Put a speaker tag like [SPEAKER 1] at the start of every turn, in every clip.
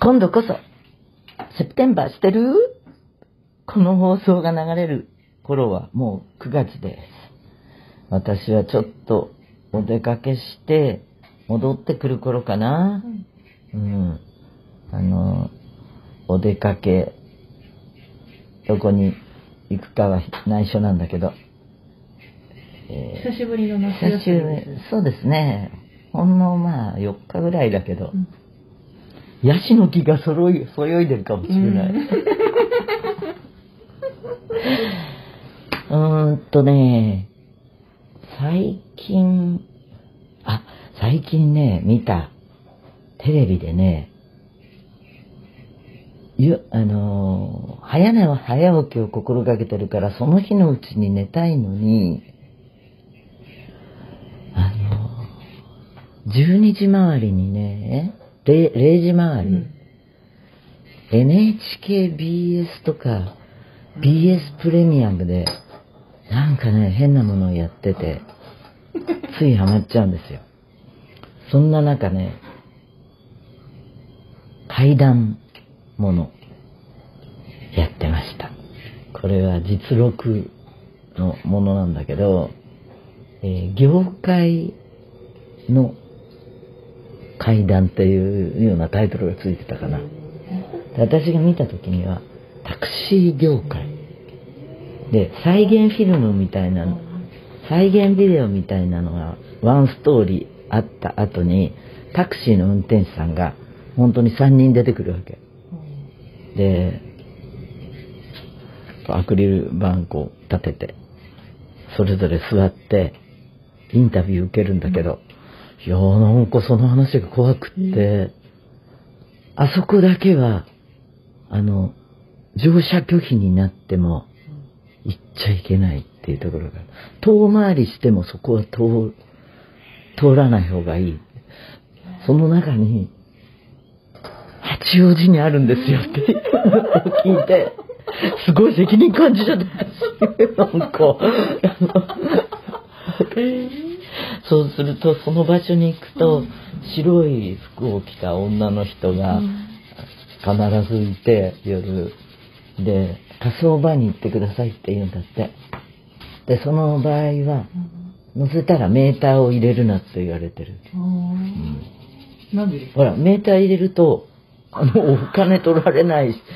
[SPEAKER 1] 今度こそ、セプテンバーしてる？この放送が流れる頃はもう9月です。私はちょっとお出かけして戻ってくる頃かな。お出かけ、どこに行くかは内緒なんだけど。
[SPEAKER 2] 久しぶりの夏休みですね。
[SPEAKER 1] そうですね。ほんの4日ぐらいだけど、ヤシの木がそよいでるかもしれない。最近ね、見たテレビでね、早寝は早起きを心がけてるから、その日のうちに寝たいのに、12時回りにね、0時回り、NHKBS とか BS プレミアムでなんかね、変なものをやっててついハマっちゃうんですよ。そんな中ね、怪談ものやってました。これは実録のものなんだけど、業界の怪談っていうようなタイトルがついてたかな。私が見た時にはタクシー業界で、再現フィルムみたいなの、再現ビデオみたいなのがワンストーリーあった後に、タクシーの運転手さんが本当に3人出てくるわけで、アクリル板こう立ててそれぞれ座ってインタビュー受けるんだけど、いやー、なんかその話が怖くって、あそこだけは乗車拒否になっても行っちゃいけないっていうところが、遠回りしてもそこは通らない方がいい。その中に八王子にあるんですよって聞いて、すごい責任感じちゃったし、なんかそうすると、その場所に行くと、白い服を着た女の人が必ずいて、夜で火葬場に行ってくださいって言うんだって。でその場合は乗せたらメーターを入れるなって言われてる。
[SPEAKER 2] なんでですか？
[SPEAKER 1] ほら、メーター入れるとお金取れないし、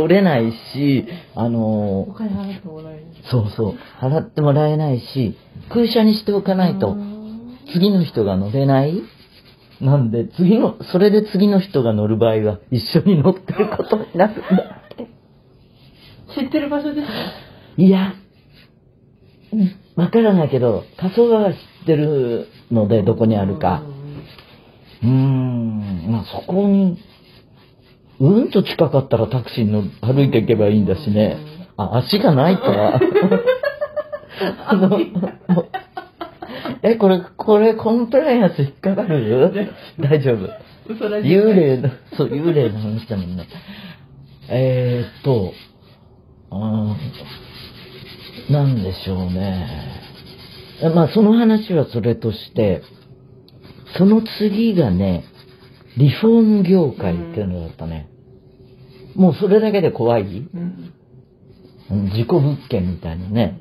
[SPEAKER 2] お金払ってもらえない。
[SPEAKER 1] そう払ってもらえないし、空車にしておかないと次の人が乗れない。なんでそれで次の人が乗る場合は一緒に乗ってることになるんだって。
[SPEAKER 2] 知ってる場所ですか？
[SPEAKER 1] いや、わからないけど、火葬場は知ってるので、どこにあるか。そこにと近かったらタクシーに歩いていけばいいんだしね。足がないから。これコンプライアンス引っかかる？大丈夫。幽霊の話だもんね。なんでしょうね。その話はそれとして、その次がね、リフォーム業界っていうのだったね。もうそれだけで怖い？事故物件みたいなね。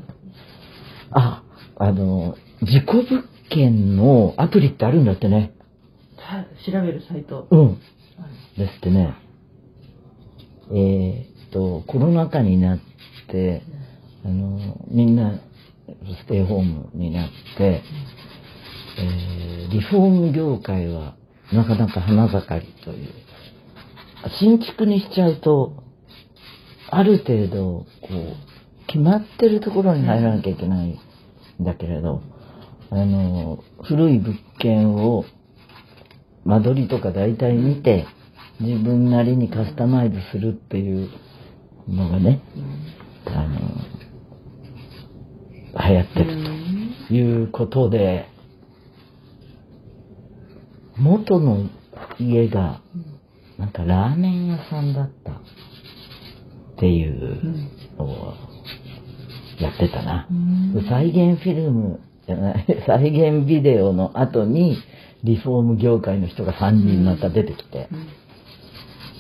[SPEAKER 1] 事故物件のアプリってあるんだってね。
[SPEAKER 2] 調べるサイト。
[SPEAKER 1] ですってね。コロナ禍になって、みんなステイホームになって、リフォーム業界はなかなか花盛りという。新築にしちゃうと、ある程度決まってるところに入らなきゃいけないんだけれど、古い物件を間取りとか大体見て自分なりにカスタマイズするっていうのがね、流行ってるということで、元の家がなんかラーメン屋さんだったっていうのをやってたな。再現フィルムじゃない、再現ビデオの後にリフォーム業界の人が3人また出てきて、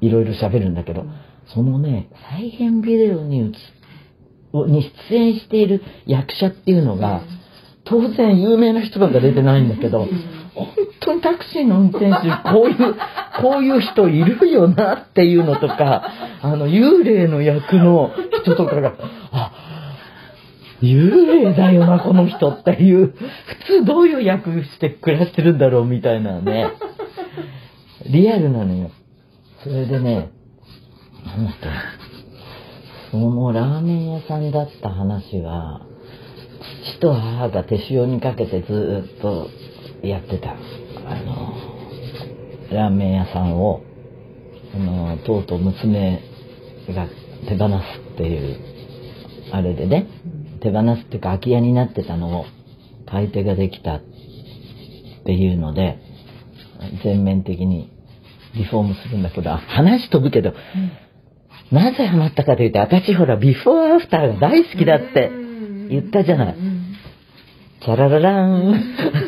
[SPEAKER 1] いろいろ喋るんだけど、そのね、再現ビデオに出演している役者っていうのが、当然有名な人ばっか出てないんだけど、本当にタクシーの運転手、こういう人いるよなっていうのとか、幽霊の役の人とかが、幽霊だよな、この人っていう、普通どういう役して暮らしてるんだろうみたいなね、リアルなのよ。それでね、なんだっけ、そのラーメン屋さんだった話は、父と母が手塩にかけてずっとやってた、ラーメン屋さんを、とうとう娘が手放すっていう、あれでね、手放すっていうか空き家になってたのを買い手ができたっていうので、全面的にリフォームするんだけど、話飛ぶけど、なぜハマったかというと、私ほらビフォーアフターが大好きだって言ったじゃない。チャラララーン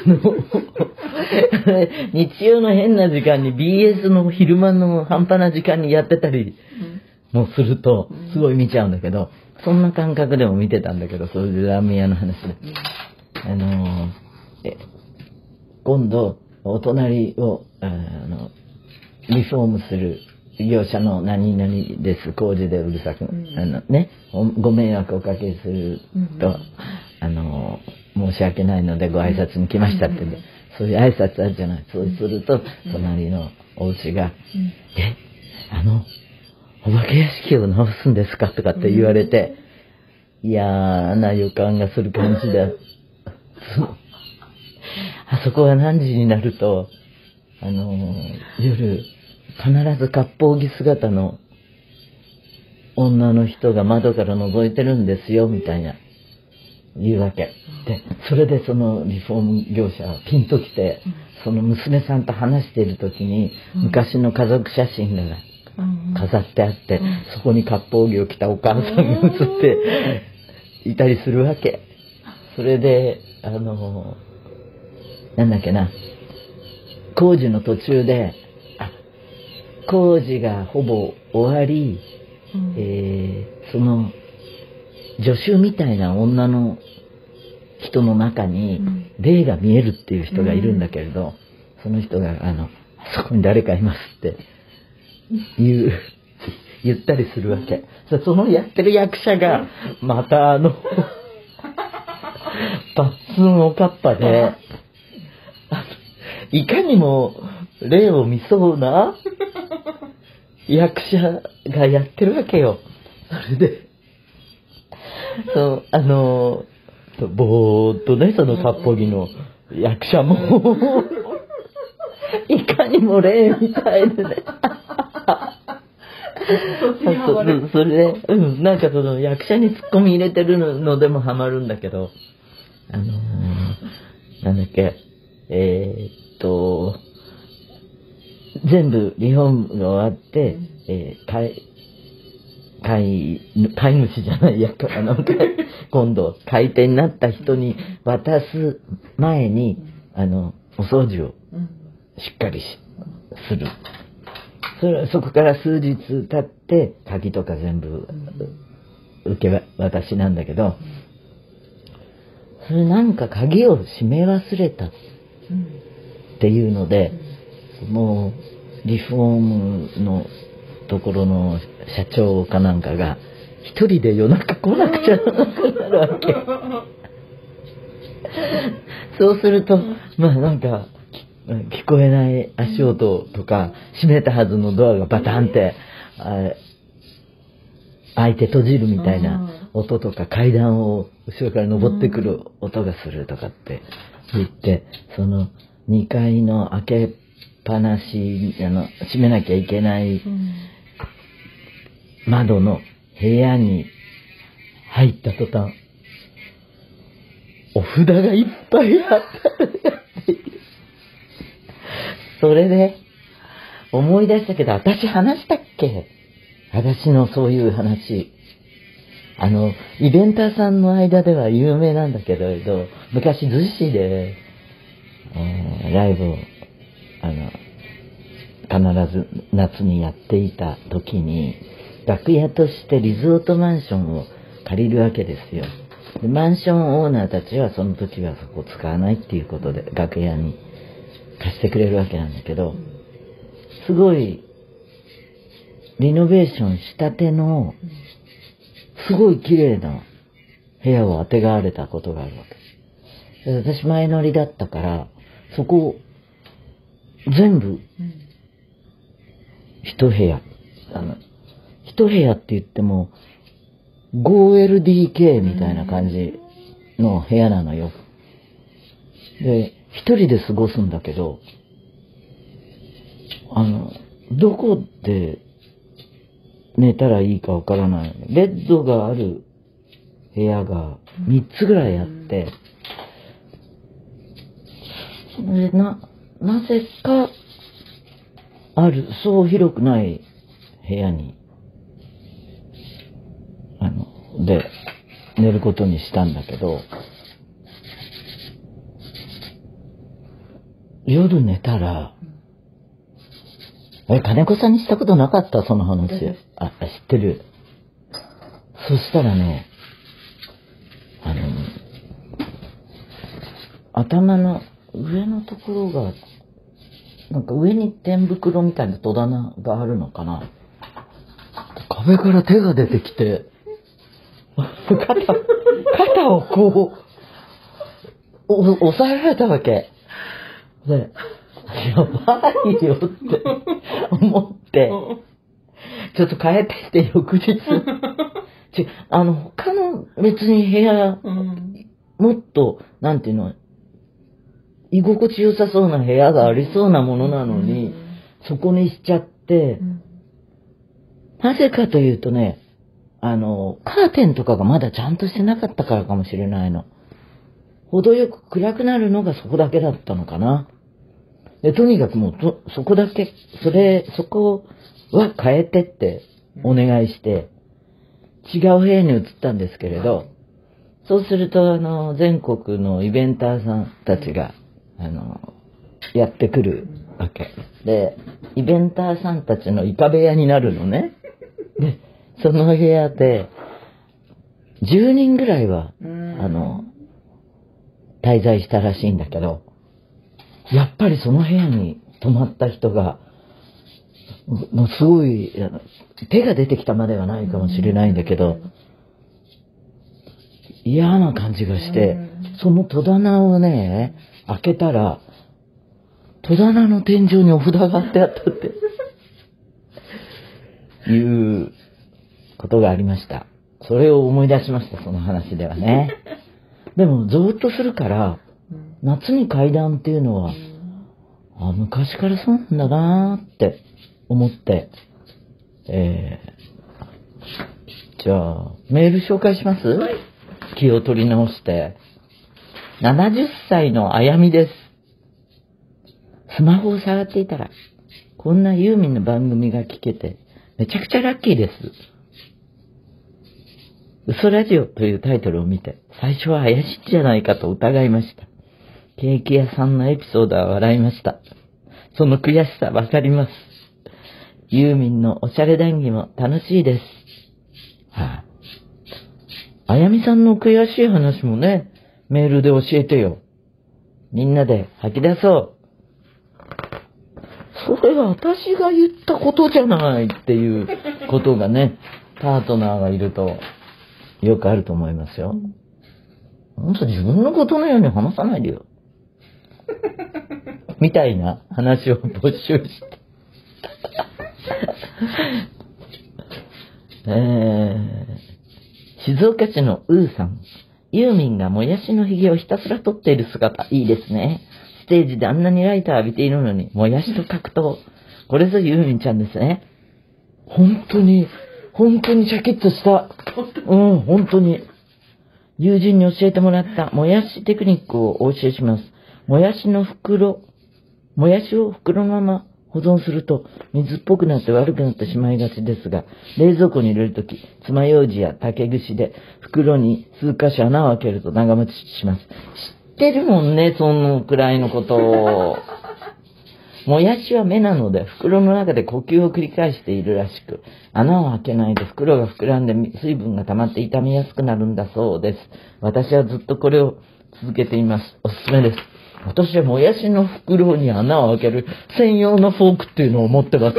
[SPEAKER 1] 日曜の変な時間に BS の昼間の半端な時間にやってたりもするとすごい見ちゃうんだけど、そんな感覚でも見てたんだけど、そういうラーメン屋の話で、今度お隣をリフォームする業者の何々です、工事でうるさく、ご迷惑をおかけすると、申し訳ないのでご挨拶に来ましたって、そういう挨拶あるじゃない。そうすると隣のお家が、お化け屋敷を直すんですかとかって言われて、嫌な予感がする感じだ。あそこは何時になると、夜、必ず割烹着姿の女の人が窓から覗いてるんですよ、みたいな、言うわけ。で、それでそのリフォーム業者はピンときて、その娘さんと話している時に、昔の家族写真が飾ってあって、そこに割烹着を着たお母さんが写っていたりするわけ。それで、なんだっけな、工事の途中で、工事がほぼ終わり、その助手みたいな女の人の中に霊が見えるっていう人がいるんだけれど、その人がそこに誰かいますって言ったりするわけ。そのやってる役者がまたパッツンおかっぱで、いかにも霊を見そうな役者がやってるわけよ。それで、ぼーっとね、その割烹着の役者もいかにも霊みたいでねそれで、なんかその役者にツッコミ入れてるのでもハマるんだけど、なんだっけ、全部リフォームが終わって、飼い主じゃないや、今度買い手になった人に渡す前にお掃除をしっかりする。そこから数日経って鍵とか全部受け渡しなんだけど、それなんか鍵を閉め忘れたっていうので、もうリフォームのところの社長かなんかが一人で夜中来なくちゃなるわけ。そうするとなんか聞こえない足音とか、閉めたはずのドアがバタンって開いて閉じるみたいな音とか、階段を後ろから登ってくる音がするとかって言って、その2階の開けっぱなし、閉めなきゃいけない窓の部屋に入った途端、お札がいっぱいあった。それで思い出したけど、私話したっけ？私のそういう話。イベンターさんの間では有名なんだけれど、昔逗子で、ライブを、 必ず夏にやっていた時に、楽屋としてリゾートマンションを借りるわけですよ。でマンションオーナーたちはその時はそこを使わないっていうことで楽屋に貸してくれるわけなんだけど、すごいリノベーションしたてのすごい綺麗な部屋をあてがわれたことがあるわけで、私前乗りだったからそこ全部一部屋、一部屋って言っても 5LDK みたいな感じの部屋なのよ。で一人で過ごすんだけど、どこで寝たらいいかわからない。ベッドがある部屋が3つぐらいあって、でなぜかそう広くない部屋にで寝ることにしたんだけど、夜寝たら、金子さんにしたことなかった？その話。知ってる。そしたらね、頭の上のところが、なんか上に天袋みたいな戸棚があるのかな。壁から手が出てきて、肩をこう、押さえられたわけ。で、やばいよって思って、ちょっと帰ってきて翌日、他の別に部屋、もっと、なんていうの、居心地良さそうな部屋がありそうなものなのに、そこにしちゃって、なぜかというとね、カーテンとかがまだちゃんとしてなかったからかもしれないの。程よく暗くなるのがそこだけだったのかな。でとにかくもうそこだけ、そこは変えてってお願いして、違う部屋に移ったんですけれど、そうすると全国のイベンターさんたちが、やってくるわけ。で、イベンターさんたちのイカ部屋になるのね。で、その部屋で、10人ぐらいは、滞在したらしいんだけど、やっぱりその部屋に泊まった人が、もうすごい、手が出てきたまではないかもしれないんだけど、嫌な感じがして、その戸棚をね、開けたら、戸棚の天井にお札が貼ってあったって、いうことがありました。それを思い出しました、その話ではね。でも、ぞーっとするから、夏に怪談っていうのは、昔からそうなんだなーって思って、じゃあ、メール紹介します？はい。気を取り直して。70歳のあやみです。スマホを触っていたら、こんなユーミンの番組が聞けて、めちゃくちゃラッキーです。嘘ラジオというタイトルを見て、最初は怪しいんじゃないかと疑いました。ケーキ屋さんのエピソードは笑いました。その悔しさわかります。ユーミンのおしゃれ談義も楽しいです。あやみさんの悔しい話もね、メールで教えてよ。みんなで吐き出そう。それは私が言ったことじゃないっていうことがね、パートナーがいるとよくあると思いますよ。ほんと自分のことのように話さないでよ。みたいな話を募集して。静岡市のウーさん。ユーミンがもやしのひげをひたすら取っている姿、いいですね。ステージであんなにライター浴びているのに、もやしと格闘。これぞユーミンちゃんですね。本当にシャキッとした。本当に。友人に教えてもらったもやしテクニックをお教えします。もやしを袋のまま保存すると水っぽくなって悪くなってしまいがちですが、冷蔵庫に入れるとき、爪楊枝や竹串で袋に数箇所穴を開けると長持ちします。知ってるもんね、そのくらいのことを。 もやしは目なので袋の中で呼吸を繰り返しているらしく、穴を開けないと袋が膨らんで水分が溜まって傷みやすくなるんだそうです。私はずっとこれを続けています。おすすめです。私はもやしの袋に穴を開ける専用のフォークっていうのを持ってますから。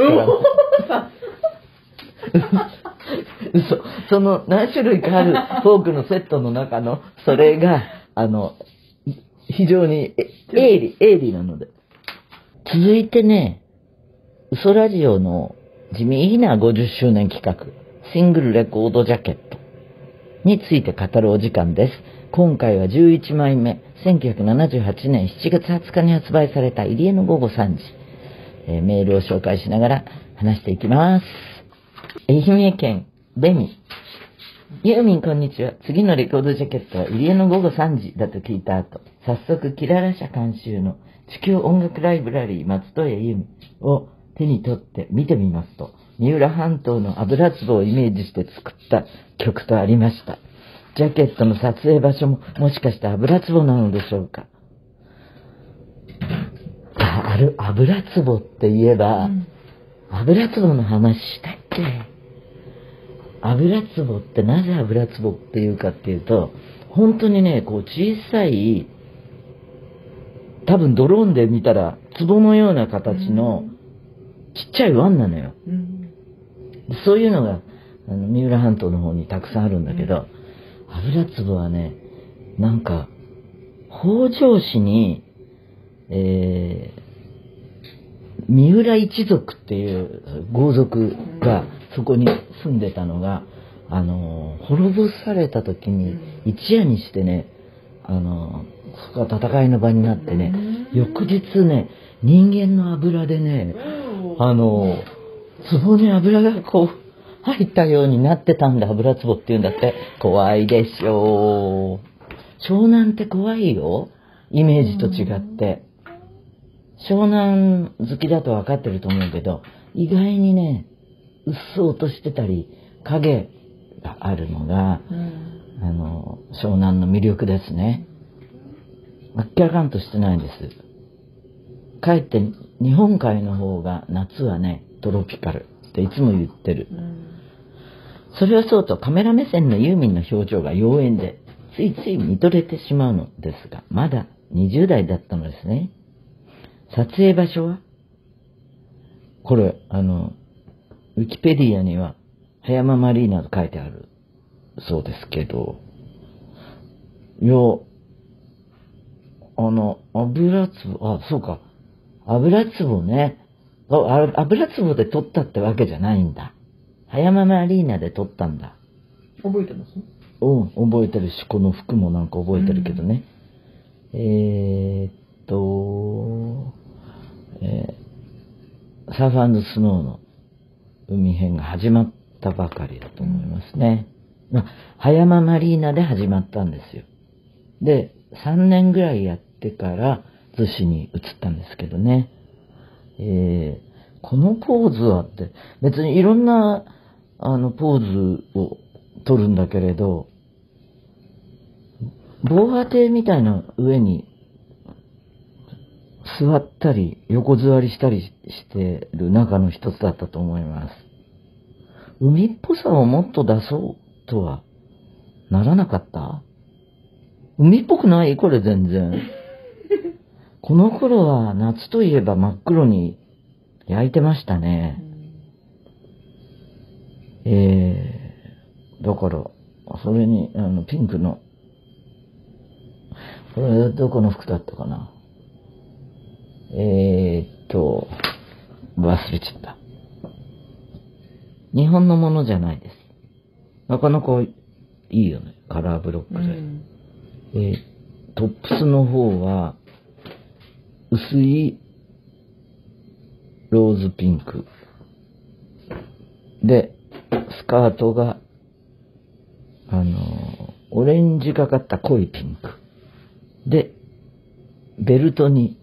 [SPEAKER 1] 嘘。その何種類かあるフォークのセットの中の、それが、非常に鋭利なので。続いてね、嘘ラジオの地味な50周年企画、シングルレコードジャケットについて語るお時間です。今回は11枚目、1978年7月20日に発売された入江の午後3時、メールを紹介しながら話していきます。愛媛県ベミ。ユーミンこんにちは。次のレコードジャケットは入江の午後3時だと聞いた後、早速キララ社監修の地球音楽ライブラリー松任谷由実を手に取って見てみますと、三浦半島の油壺をイメージして作った曲とありました。ジャケットの撮影場所ももしかして油壺なのでしょうか。油壺って言えば、油壺の話したっけ？油壺ってなぜ油壺っていうかっていうと、本当にね、こう小さい、多分ドローンで見たら壺のような形のちっちゃい湾なのよ。そういうのが三浦半島の方にたくさんあるんだけど、油壺はね、なんか北条氏に、三浦一族っていう豪族がそこに住んでたのが、滅ぼされた時に一夜にしてね、そこが戦いの場になってね、翌日ね、人間の油でね、壺に油がこう入ったようになってたんだ、油壺っていうんだって。怖いでしょう。湘南って怖いよ、イメージと違って。湘南好きだと分かってると思うけど、意外にね、うっそうとしてたり影があるのが、湘南の魅力ですね。あっけらかんとしてないんです。かえって日本海の方が夏はね、トロピカルっていつも言ってる。それはそうと、カメラ目線のユーミンの表情が妖艶でついつい見とれてしまうのですが、まだ20代だったのですね。撮影場所はこれ、ウィキペディアには葉山マリーナと書いてあるそうですけど、いや、油壺、そうか、油壺ね。油壺で撮ったってわけじゃないんだ。葉山マリーナで撮ったんだ。
[SPEAKER 2] 覚えてます？
[SPEAKER 1] 覚えてるし、この服もなんか覚えてるけどね。サーフ&スノーの海編が始まったばかりだと思いますね。葉山マリーナで始まったんですよ。で、3年ぐらいやってから逗子に移ったんですけどね。このポーズはって、別にいろんなポーズを取るんだけれど、防波堤みたいな上に座ったり横座りしたりしてる中の一つだったと思います。海っぽさをもっと出そうとはならなかった？海っぽくない？これ全然。この頃は夏といえば真っ黒に焼いてましたね。だから、それに、ピンクの、これどこの服だったかな。忘れちゃった。日本のものじゃないです。なかなかいいよね。カラーブロックで。トップスの方は、薄いローズピンク。で、スカートが、オレンジがかった濃いピンク。で、ベルトに、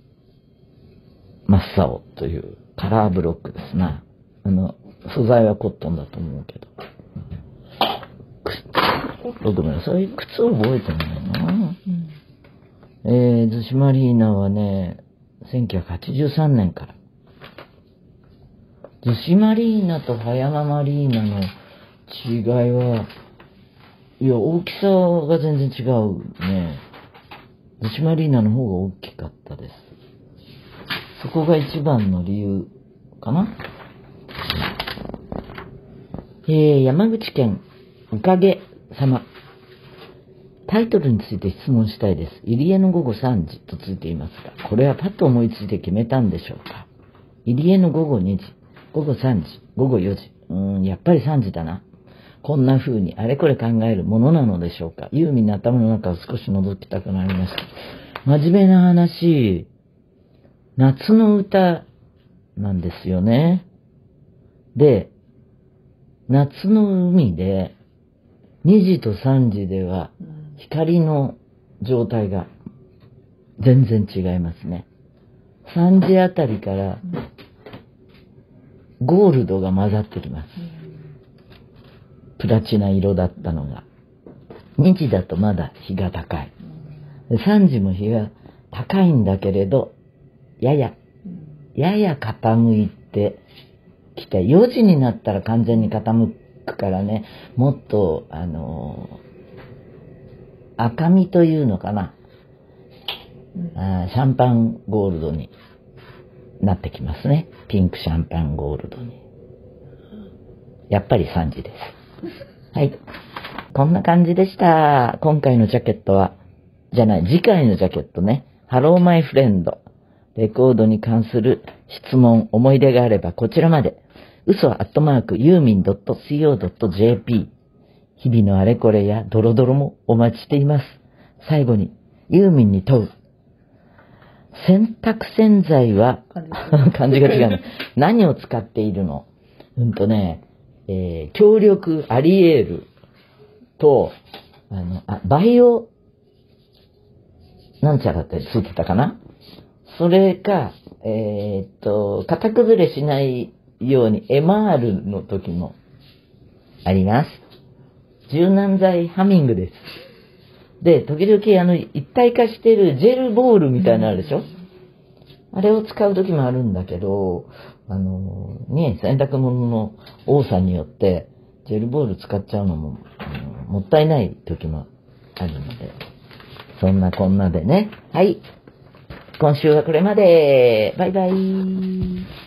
[SPEAKER 1] 真っ青というカラーブロックですな。素材はコットンだと思うけど。僕ね、そういう靴を覚えてないな。逗子マリーナはね、 1983年から。逗子マリーナと葉山マリーナの違いは、いや、大きさが全然違うね。逗子マリーナの方が大きかったです。そこが一番の理由かな。山口県おかげ様。タイトルについて質問したいです。入江の午後3時とついていますが、これはパッと思いついて決めたんでしょうか。入江の午後2時、午後3時、午後4時。やっぱり3時だな。こんな風にあれこれ考えるものなのでしょうか。ユーミンの頭の中を少し覗きたくなりました。真面目な話、夏の歌なんですよね。で、夏の海で2時と3時では光の状態が全然違いますね。3時あたりからゴールドが混ざってきます。プラチナ色だったのが。2時だとまだ日が高い。3時も日が高いんだけれど、やや傾いてきて、4時になったら完全に傾くからね、もっと、赤みというのかな。シャンパンゴールドになってきますね。ピンクシャンパンゴールドに。やっぱり3時です。はい。こんな感じでした。今回のジャケットは、次回のジャケットね。Hello My Friend。レコードに関する質問、思い出があればこちらまで。嘘@yumin.co.jp。日々のあれこれやドロドロもお待ちしています。最後に、ユーミンに問う。洗濯洗剤は、漢字が違うね。何を使っているの？強力アリエールと、バイオ、なんちゃらってついてたかな？それか、型崩れしないように MR の時もあります。柔軟剤ハミングです。で、時々一体化してるジェルボールみたいなのあるでしょ？あれを使う時もあるんだけど、洗濯物の多さによって、ジェルボール使っちゃうのも、もったいない時もあるので、そんなこんなでね。はい。今週はこれまで。バイバイ。